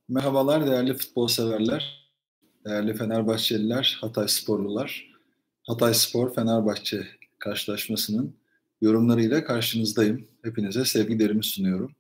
Merhabalar değerli futbol severler, değerli Fenerbahçeliler, Hataysporlular. Hatayspor-Fenerbahçe karşılaşmasının yorumlarıyla karşınızdayım. Hepinize sevgilerimi sunuyorum.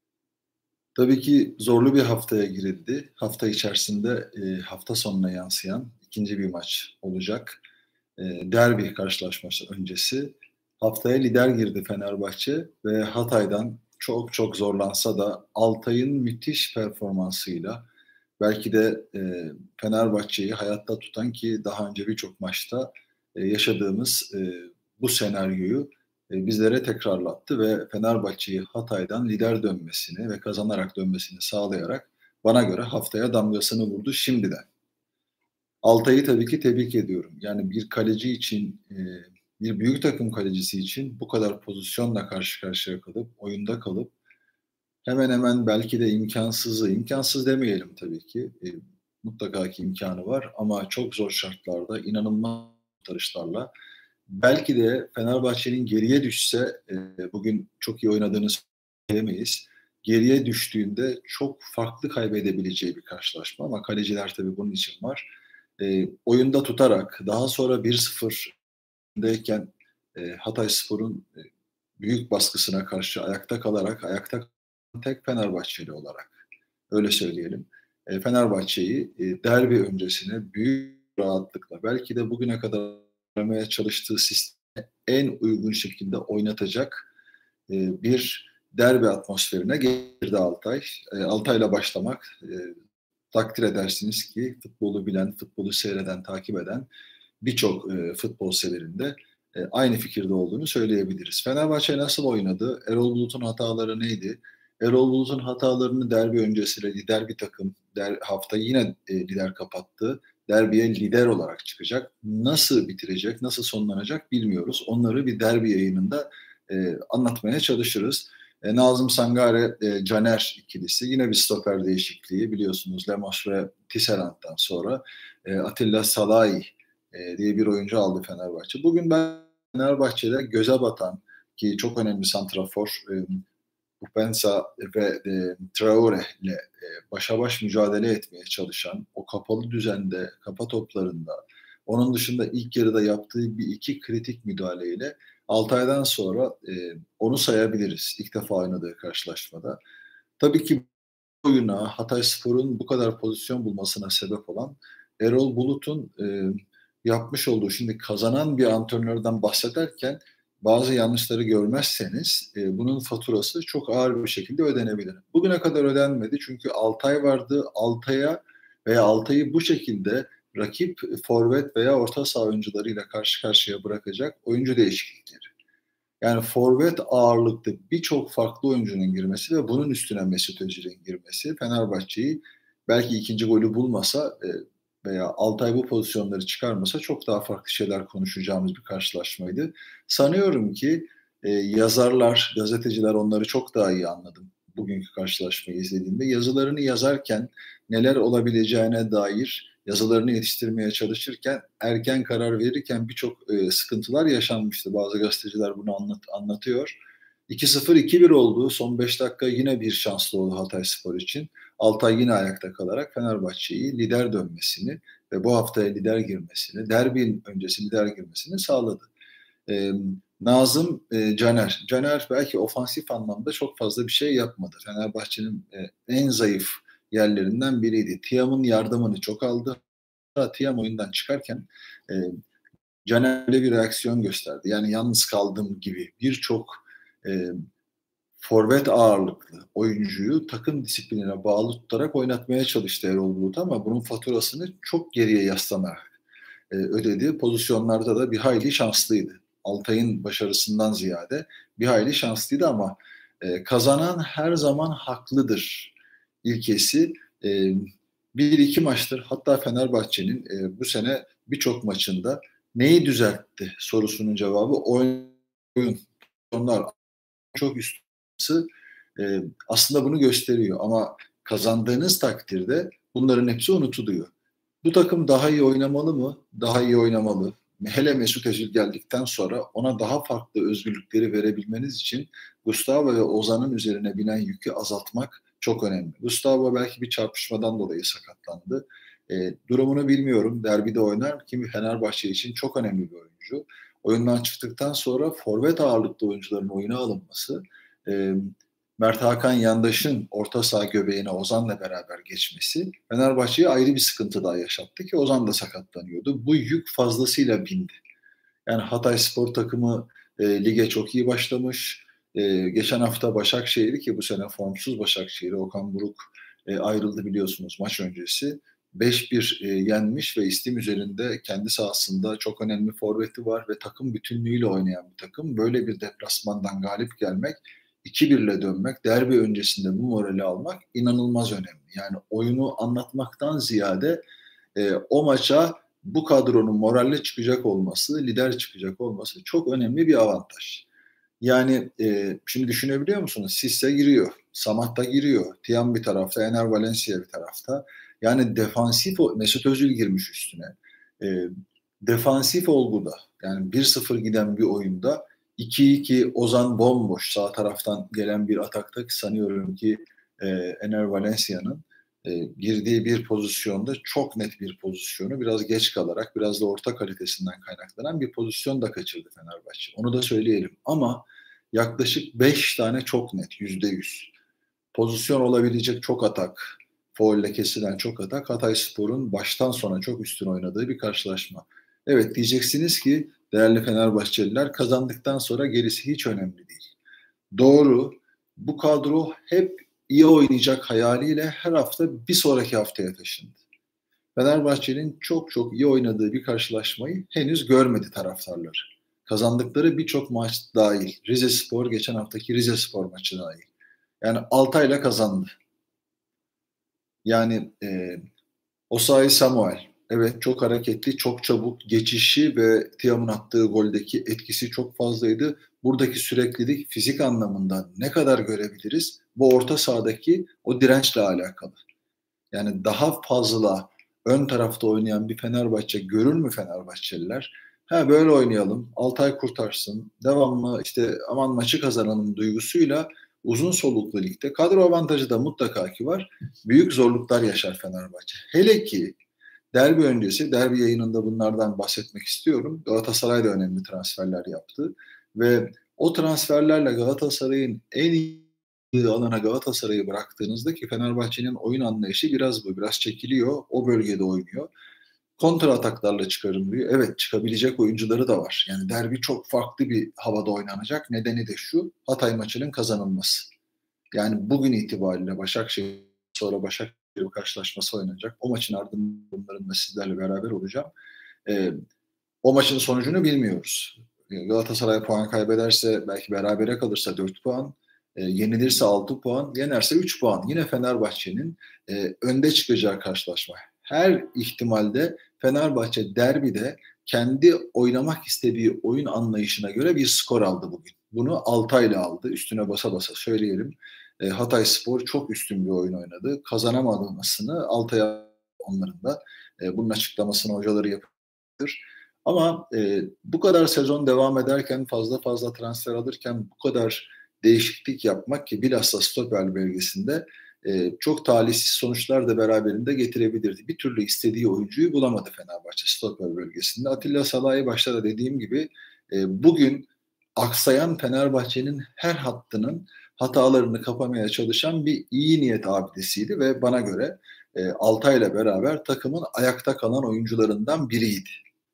Tabii ki zorlu bir haftaya girildi. Hafta içerisinde hafta sonuna yansıyan ikinci bir maç olacak. Derbi karşılaşması öncesi. Haftaya lider girdi Fenerbahçe ve Hatay'dan çok çok zorlansa da Altay'ın müthiş performansıyla belki de Fenerbahçe'yi hayatta tutan ki daha önce birçok maçta yaşadığımız bu senaryoyu bizlere tekrarlattı ve Fenerbahçe'yi Hatay'dan lider dönmesini ve kazanarak dönmesini sağlayarak bana göre haftaya damgasını vurdu şimdiden. Altay'ı tabii ki tebrik ediyorum. Yani bir kaleci için, bir büyük takım kalecisi için bu kadar pozisyonla karşı karşıya kalıp, oyunda kalıp hemen hemen belki de imkansız demeyelim tabii ki. Mutlaka ki imkanı var ama çok zor şartlarda inanılmaz kurtarışlarla belki de Fenerbahçe'nin geriye düşse bugün çok iyi oynadığını söyleyemeyiz. Geriye düştüğünde çok farklı kaybedebileceği bir karşılaşma ama kaleciler tabii bunun için var. Oyunda tutarak daha sonra 1-0 öndeyken Hatayspor'un büyük baskısına karşı ayakta kalarak ayakta kalan tek Fenerbahçeli olarak öyle söyleyelim. Fenerbahçe'yi derbi öncesine büyük rahatlıkla belki de bugüne kadar oynamaya çalıştığı sisteme en uygun şekilde oynatacak bir derbi atmosferine getirdi Altay. Altay'la başlamak takdir edersiniz ki futbolu bilen, futbolu seyreden, takip eden birçok futbol severin de aynı fikirde olduğunu söyleyebiliriz. Fenerbahçe nasıl oynadı? Erol Bulut'un hataları neydi? Erol Bulut'un hatalarını derbi öncesiyle lider bir takım hafta yine lider kapattı. Derbiye lider olarak çıkacak. Nasıl bitirecek, nasıl sonlanacak bilmiyoruz. Onları bir derbi yayınında anlatmaya çalışırız. Nazım Sangare, Caner ikilisi yine bir stoper değişikliği biliyorsunuz Lemos ve Tisserand'dan sonra Atilla Salahi diye bir oyuncu aldı Fenerbahçe. Bugün ben Fenerbahçe'de göze batan ki çok önemli santrafor Upensa ve Traore ile başa baş mücadele etmeye çalışan o kapalı düzende, kafa toplarında onun dışında ilk yarıda yaptığı bir iki kritik müdahaleyle 6 aydan sonra onu sayabiliriz ilk defa oynadığı karşılaşmada. Tabii ki oyuna Hatayspor'un bu kadar pozisyon bulmasına sebep olan Erol Bulut'un yapmış olduğu şimdi kazanan bir antrenörden bahsederken bazı yanlışları görmezseniz bunun faturası çok ağır bir şekilde ödenebilir. Bugüne kadar ödenmedi çünkü Altay vardı. Altay'ı bu şekilde rakip forvet veya orta saha oyuncularıyla karşı karşıya bırakacak oyuncu değişiklikleri. Yani forvet ağırlıklı birçok farklı oyuncunun girmesi ve bunun üstüne Mesut Özil'in girmesi Fenerbahçe'yi belki ikinci golü bulmasa veya Altay bu pozisyonları çıkarmasa çok daha farklı şeyler konuşacağımız bir karşılaşmaydı. Sanıyorum ki yazarlar, gazeteciler onları çok daha iyi anladım bugünkü karşılaşmayı izlediğimde. Yazılarını yazarken neler olabileceğine dair yazılarını yetiştirmeye çalışırken erken karar verirken birçok sıkıntılar yaşanmıştı. Bazı gazeteciler bunu anlatıyor. 2-0 2-1 oldu. Son 5 dakika yine bir şanslı oldu Hatayspor için. Altay yine ayakta kalarak Fenerbahçe'yi lider dönmesini ve bu haftaya lider girmesini, derbinin öncesi lider girmesini sağladı. Nazım Caner. Caner belki ofansif anlamda çok fazla bir şey yapmadı. Fenerbahçe'nin en zayıf yerlerinden biriydi. Tiam'ın yardımını çok aldı. Tiam oyundan çıkarken e, Caner'le bir reaksiyon gösterdi. Yani yalnız kaldım gibi birçok e, forvet ağırlıklı oyuncuyu takım disiplinine bağlı tutarak oynatmaya çalıştı Erol Bulut ama bunun faturasını çok geriye yaslanarak ödedi. Pozisyonlarda da bir hayli şanslıydı. Altay'ın başarısından ziyade bir hayli şanslıydı ama kazanan her zaman haklıdır ilkesi bir iki maçtır hatta Fenerbahçe'nin bu sene birçok maçında neyi düzeltti sorusunun cevabı oyun. Onlar çok üstü aslında bunu gösteriyor ama kazandığınız takdirde bunların hepsi unutuluyor. Bu takım daha iyi oynamalı mı? Daha iyi oynamalı. Hele Mesut Özil geldikten sonra ona daha farklı özgürlükleri verebilmeniz için Gustavo ve Ozan'ın üzerine binen yükü azaltmak çok önemli. Gustavo belki bir çarpışmadan dolayı sakatlandı. Durumunu bilmiyorum. Derbide oynar. Kimi Fenerbahçe için çok önemli bir oyuncu. Oyundan çıktıktan sonra forvet ağırlıklı oyuncuların oyuna alınması, e, Mert Hakan Yandaş'ın orta saha göbeğine Ozan'la beraber geçmesi Fenerbahçe'ye ayrı bir sıkıntı daha yaşattı ki Ozan da sakatlanıyordu. Bu yük fazlasıyla bindi. Yani Hatayspor takımı lige çok iyi başlamış. Geçen hafta Başakşehir'i, ki bu sene formsuz Başakşehir'i, Okan Buruk ayrıldı biliyorsunuz maç öncesi. 5-1 yenmiş ve istim üzerinde kendi sahasında çok önemli forveti var ve takım bütünlüğüyle oynayan bir takım. Böyle bir deplasmandan galip gelmek, 2-1 ile dönmek, derbi öncesinde bu morali almak inanılmaz önemli. Yani oyunu anlatmaktan ziyade o maça bu kadronun moralle çıkacak olması, lider çıkacak olması çok önemli bir avantaj. Yani şimdi düşünebiliyor musunuz? Cisse giriyor, Samatta giriyor, Tiam bir tarafta, Ener Valencia bir tarafta. Yani defansif, Mesut Özil girmiş üstüne. E, Defansif olguda, yani 1-0 giden bir oyunda 2-2 Ozan bomboş sağ taraftan gelen bir atakta, sanıyorum ki Ener Valencia'nın girdiği bir pozisyonda, çok net bir pozisyonu biraz geç kalarak, biraz da orta kalitesinden kaynaklanan bir pozisyon da kaçırdı Fenerbahçe. Onu da söyleyelim. Ama yaklaşık 5 tane çok net, %100 pozisyon olabilecek çok atak, faulle kesilen çok atak, Hatayspor'un baştan sona çok üstün oynadığı bir karşılaşma. Evet, diyeceksiniz ki değerli Fenerbahçeliler, kazandıktan sonra gerisi hiç önemli değil. Doğru. Bu kadro hep iyi oynayacak hayaliyle her hafta bir sonraki haftaya taşındı. Fenerbahçe'nin çok çok iyi oynadığı bir karşılaşmayı henüz görmedi taraftarları. Kazandıkları birçok maç dahil. Rizespor, geçen haftaki Rizespor maçı dahil. Yani Altay'la kazandı. Yani Osayi Samuel, evet, çok hareketli, çok çabuk, geçişi ve Tiam'ın attığı goldeki etkisi çok fazlaydı. Buradaki süreklilik fizik anlamında ne kadar görebiliriz? Bu orta sahadaki o dirençle alakalı. Yani daha fazla ön tarafta oynayan bir Fenerbahçe görür mü Fenerbahçeliler? Ha, böyle oynayalım, Altay kurtarsın, devamlı işte aman maçı kazanalım duygusuyla uzun soluklu ligde kadro avantajı da mutlaka ki var. Büyük zorluklar yaşar Fenerbahçe. Hele ki derbi öncesi, derbi yayınında bunlardan bahsetmek istiyorum. Galatasaray da önemli transferler yaptı ve o transferlerle Galatasaray'ın en iyi alana Galatasaray'ı bıraktığınızda, ki Fenerbahçe'nin oyun anlayışı biraz bu. Biraz çekiliyor, o bölgede oynuyor. Kontra ataklarla çıkarım diyor. Evet, çıkabilecek oyuncuları da var. Yani derbi çok farklı bir havada oynanacak. Nedeni de şu: Hatay maçının kazanılması. Yani bugün itibariyle Başakşehir, sonra Başakşehir karşılaşması oynanacak. O maçın ardından sizlerle beraber olacağım. Ee, O maçın sonucunu bilmiyoruz. Galatasaray puan kaybederse, belki berabere kalırsa 4 puan, yenilirse 6 puan, yenerse 3 puan. Yine Fenerbahçe'nin önde çıkacağı karşılaşma. Her ihtimalde Fenerbahçe derbide kendi oynamak istediği oyun anlayışına göre bir skor aldı bugün. Bunu Altay'la aldı. Üstüne basa basa söyleyelim. Hatayspor çok üstün bir oyun oynadı. Kazanamadığını Altay'a, onların da bunun açıklamasını hocaları yapıyor. Ama bu kadar sezon devam ederken, fazla fazla transfer alırken bu kadar değişiklik yapmak, ki bilhassa stoper bölgesinde çok talihsiz sonuçlar da beraberinde getirebilirdi. Bir türlü istediği oyuncuyu bulamadı Fenerbahçe stoper bölgesinde. Atilla Salah'ı başta da dediğim gibi bugün aksayan Fenerbahçe'nin her hattının hatalarını kapamaya çalışan bir iyi niyet abidesiydi ve bana göre Altay'la beraber takımın ayakta kalan oyuncularından biriydi.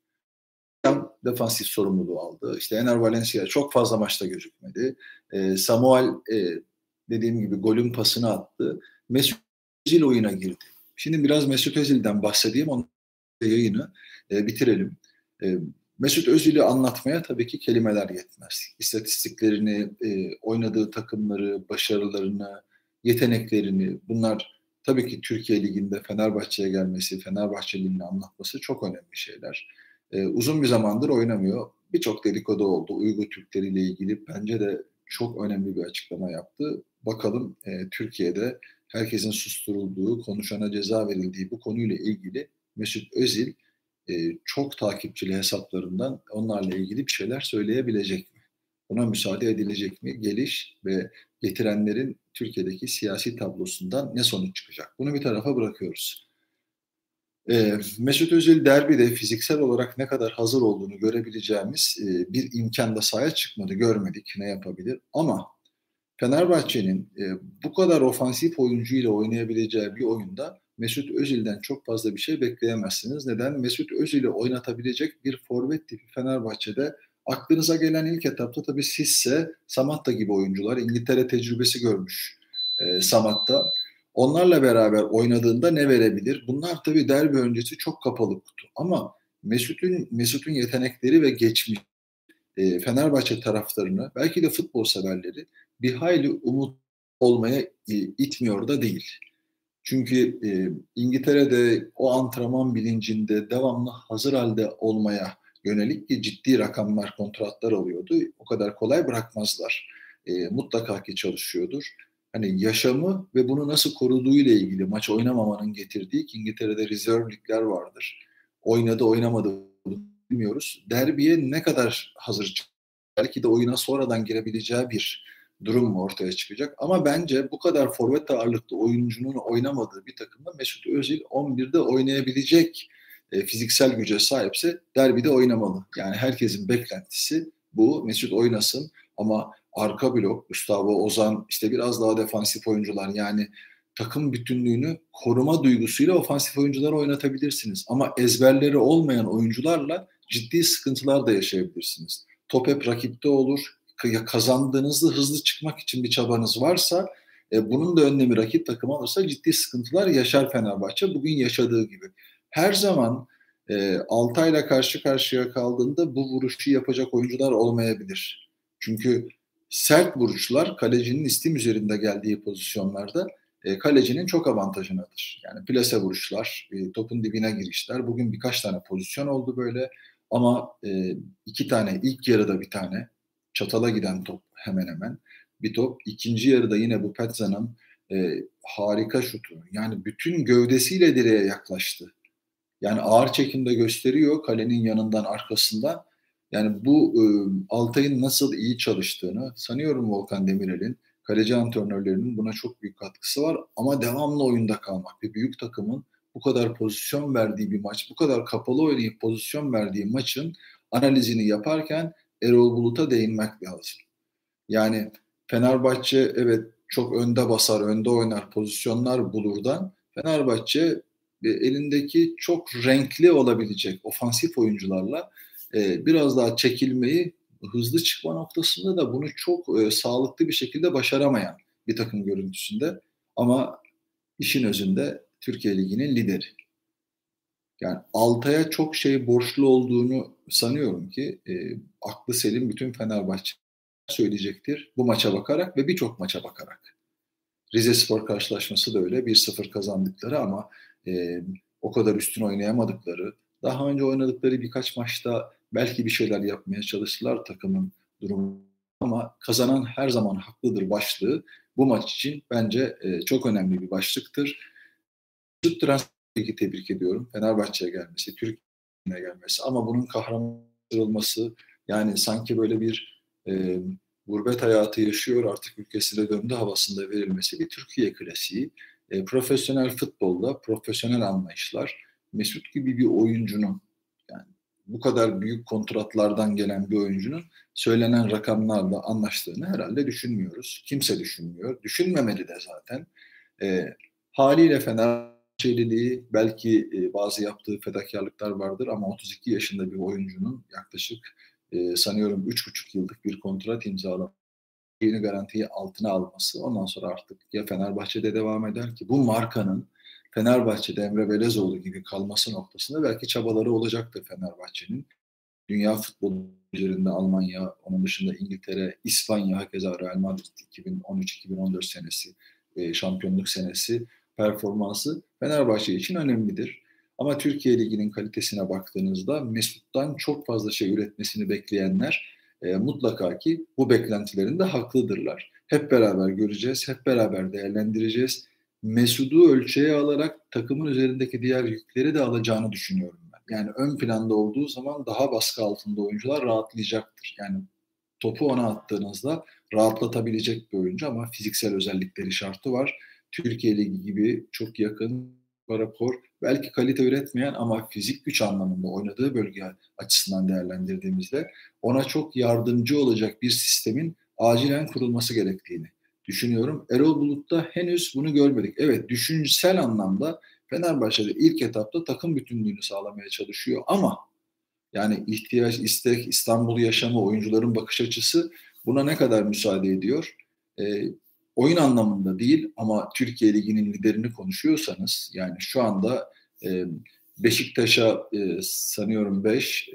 Defansif sorumluluğu aldı. İşte Ener Valencia çok fazla maçta gözükmedi. Samuel, dediğim gibi, golün pasını attı. Mesut Özil oyuna girdi. Şimdi biraz Mesut Özil'den bahsedeyim. Onun yayını bitirelim. E, Mesut Özil'i anlatmaya tabii ki kelimeler yetmez. İstatistiklerini, oynadığı takımları, başarılarını, yeteneklerini, bunlar tabii ki Türkiye Ligi'nde Fenerbahçe'ye gelmesi, Fenerbahçeli'nin anlatması çok önemli şeyler. Uzun bir zamandır oynamıyor. Birçok dedikodu oldu. Uygur Türkleri ile ilgili bence de çok önemli bir açıklama yaptı. Bakalım Türkiye'de herkesin susturulduğu, konuşana ceza verildiği bu konuyla ilgili Mesut Özil çok takipçili hesaplarından onlarla ilgili bir şeyler söyleyebilecek mi? Buna müsaade edilecek mi? Geliş ve getirenlerin Türkiye'deki siyasi tablosundan ne sonuç çıkacak? Bunu bir tarafa bırakıyoruz. Mesut Özil derbide fiziksel olarak ne kadar hazır olduğunu görebileceğimiz bir imkanda sahaya çıkmadı, görmedik ne yapabilir. Ama Fenerbahçe'nin bu kadar ofansif oyuncuyla oynayabileceği bir oyunda Mesut Özil'den çok fazla bir şey bekleyemezsiniz. Neden? Mesut Özil'i oynatabilecek bir forvet tipi Fenerbahçe'de aklınıza gelen ilk etapta tabii Sisse, Samatta gibi oyuncular. İngiltere tecrübesi görmüş Samatta. Onlarla beraber oynadığında ne verebilir? Bunlar tabii derbi öncesi çok kapalı kutu. Ama Mesut'un yetenekleri ve geçmiş Fenerbahçe taraftarını, belki de futbol severleri bir hayli umut olmaya itmiyor da değil. Çünkü İngiltere'de o antrenman bilincinde devamlı hazır halde olmaya yönelik ciddi rakamlar, kontratlar alıyordu. O kadar kolay bırakmazlar. Mutlaka ki çalışıyordur. Hani yaşamı ve bunu nasıl koruduğu ile ilgili maç oynamamanın getirdiği ki İngiltere'de rezerv ligler vardır. Oynadı oynamadı bilmiyoruz. Derbiye ne kadar hazır çıktı? Belki de oyuna sonradan girebileceği bir durum mu ortaya çıkacak? Ama bence bu kadar forvet ağırlıklı oyuncunun oynamadığı bir takımda Mesut Özil 11'de oynayabilecek fiziksel güce sahipse derbide oynamalı. Yani herkesin beklentisi bu. Mesut oynasın ama arka blok, Gustavo, Ozan, işte biraz daha defansif oyuncular, yani takım bütünlüğünü koruma duygusuyla ofansif oyuncuları oynatabilirsiniz. Ama ezberleri olmayan oyuncularla ciddi sıkıntılar da yaşayabilirsiniz. Top hep rakipte olur. Kazandığınızda hızlı çıkmak için bir çabanız varsa bunun da önlemi rakip takım alırsa ciddi sıkıntılar yaşar Fenerbahçe. Bugün yaşadığı gibi. Her zaman Altay'la karşı karşıya kaldığında bu vuruşu yapacak oyuncular olmayabilir. Çünkü sert vuruşlar kalecinin istim üzerinde geldiği pozisyonlarda kalecinin çok avantajınadır. Yani plase vuruşlar, topun dibine girişler. Bugün birkaç tane pozisyon oldu böyle. Ama iki tane, ilk yarıda bir tane çatala giden top hemen hemen bir top. İkinci yarıda yine bu Petza'nın harika şutu. Yani bütün gövdesiyle direğe yaklaştı. Yani ağır çekimde gösteriyor kalenin yanından arkasından. Yani bu Altay'ın nasıl iyi çalıştığını sanıyorum, Volkan Demirel'in, kaleci antrenörlerinin buna çok büyük katkısı var. Ama devamlı oyunda kalmak. Bir büyük takımın bu kadar pozisyon verdiği bir maç, bu kadar kapalı oynayıp pozisyon verdiği maçın analizini yaparken Erol Bulut'a değinmek lazım. Yani Fenerbahçe evet çok önde basar, önde oynar, pozisyonlar bulurdan. Fenerbahçe elindeki çok renkli olabilecek ofansif oyuncularla biraz daha çekilmeyi, hızlı çıkma noktasında da bunu çok sağlıklı bir şekilde başaramayan bir takım görüntüsünde. Ama işin özünde Türkiye Ligi'nin lideri. Yani Altay'a çok şey borçlu olduğunu sanıyorum ki aklı selim bütün Fenerbahçe söyleyecektir bu maça bakarak ve birçok maça bakarak. Rizespor karşılaşması da öyle, 1-0 kazandıkları ama o kadar üstün oynayamadıkları, daha önce oynadıkları birkaç maçta belki bir şeyler yapmaya çalıştılar takımın durumu, ama kazanan her zaman haklıdır başlığı bu maç için bence çok önemli bir başlıktır. Mesut Transfer'i tebrik ediyorum. Fenerbahçe'ye gelmesi, Türkiye'ye gelmesi, ama bunun kahramanlaştırılması, yani sanki böyle bir gurbet hayatı yaşıyor artık, ülkesine döndü havasında verilmesi bir Türkiye klasiği. Profesyonel futbolda profesyonel anlayışlar, Mesut gibi bir oyuncunun, yani bu kadar büyük kontratlardan gelen bir oyuncunun söylenen rakamlarla anlaştığını herhalde düşünmüyoruz. Kimse düşünmüyor. Düşünmemeli de zaten. Haliyle Fenerbahçeliliği, belki bazı yaptığı fedakarlıklar vardır ama 32 yaşında bir oyuncunun yaklaşık sanıyorum 3,5 yıllık bir kontrat imzalaması, yeni garantiyi altına alması, ondan sonra artık ya Fenerbahçe'de devam eder ki bu markanın Fenerbahçe'de Emre Belezoğlu gibi kalması noktasında belki çabaları olacaktır Fenerbahçe'nin. Dünya futbolu üzerinde Almanya, onun dışında İngiltere, İspanya, hakeza Real Madrid 2013-2014 senesi şampiyonluk senesi performansı Fenerbahçe için önemlidir. Ama Türkiye Ligi'nin kalitesine baktığınızda Mesut'tan çok fazla şey üretmesini bekleyenler mutlaka ki bu beklentilerinde haklıdırlar. Hep beraber göreceğiz, hep beraber değerlendireceğiz. Mesut'u ölçeğe alarak takımın üzerindeki diğer yükleri de alacağını düşünüyorum ben. Yani ön planda olduğu zaman daha baskı altında oyuncular rahatlayacaktır. Yani topu ona attığınızda rahatlatabilecek bir oyuncu ama fiziksel özellikleri şartı var. Türkiye Ligi gibi çok yakın rapor, belki kalite üretmeyen ama fizik güç anlamında oynadığı bölge açısından değerlendirdiğimizde ona çok yardımcı olacak bir sistemin acilen kurulması gerektiğini düşünüyorum. Erol Bulut'ta henüz bunu görmedik. Evet, düşünsel anlamda Fenerbahçe'de ilk etapta takım bütünlüğünü sağlamaya çalışıyor ama yani ihtiyaç, istek, İstanbul yaşamı, oyuncuların bakış açısı buna ne kadar müsaade ediyor? E, Oyun anlamında değil ama Türkiye Ligi'nin liderini konuşuyorsanız yani şu anda Beşiktaş'a sanıyorum 5,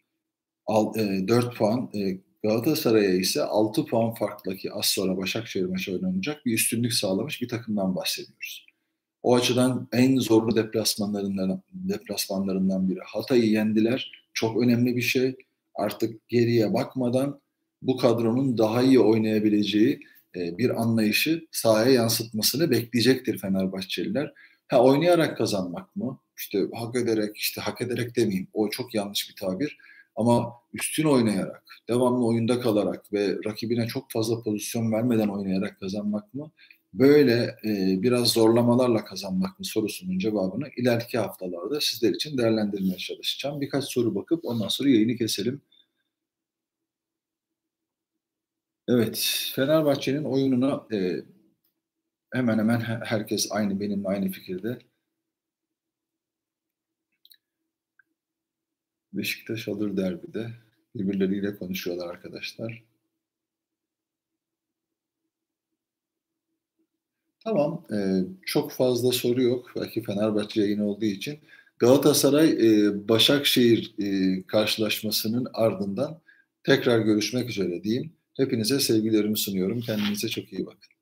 4 puan, Galatasaray'a ise 6 puan farkla ki az sonra Başakşehir maçı oynanacak bir üstünlük sağlamış bir takımdan bahsediyoruz. O açıdan en zorlu deplasmanlarından biri. Hatay'ı yendiler. Çok önemli bir şey. Artık geriye bakmadan bu kadronun daha iyi oynayabileceği bir anlayışı sahaya yansıtmasını bekleyecektir Fenerbahçeliler. Ha, oynayarak kazanmak mı? İşte hak ederek demeyeyim. O çok yanlış bir tabir. Ama üstün oynayarak, devamlı oyunda kalarak ve rakibine çok fazla pozisyon vermeden oynayarak kazanmak mı? Böyle biraz zorlamalarla kazanmak mı sorusunun cevabını ileriki haftalarda sizler için değerlendirmeye çalışacağım. Birkaç soru bakıp ondan sonra yayını keselim. Evet, Fenerbahçe'nin oyununa hemen hemen herkes benimle aynı fikirde. Beşiktaş alır derbide. Birbirleriyle konuşuyorlar arkadaşlar. Tamam, çok fazla soru yok. Belki Fenerbahçe yayını olduğu için. Galatasaray Başakşehir karşılaşmasının ardından tekrar görüşmek üzere diyeyim. Hepinize sevgilerimi sunuyorum. Kendinize çok iyi bakın.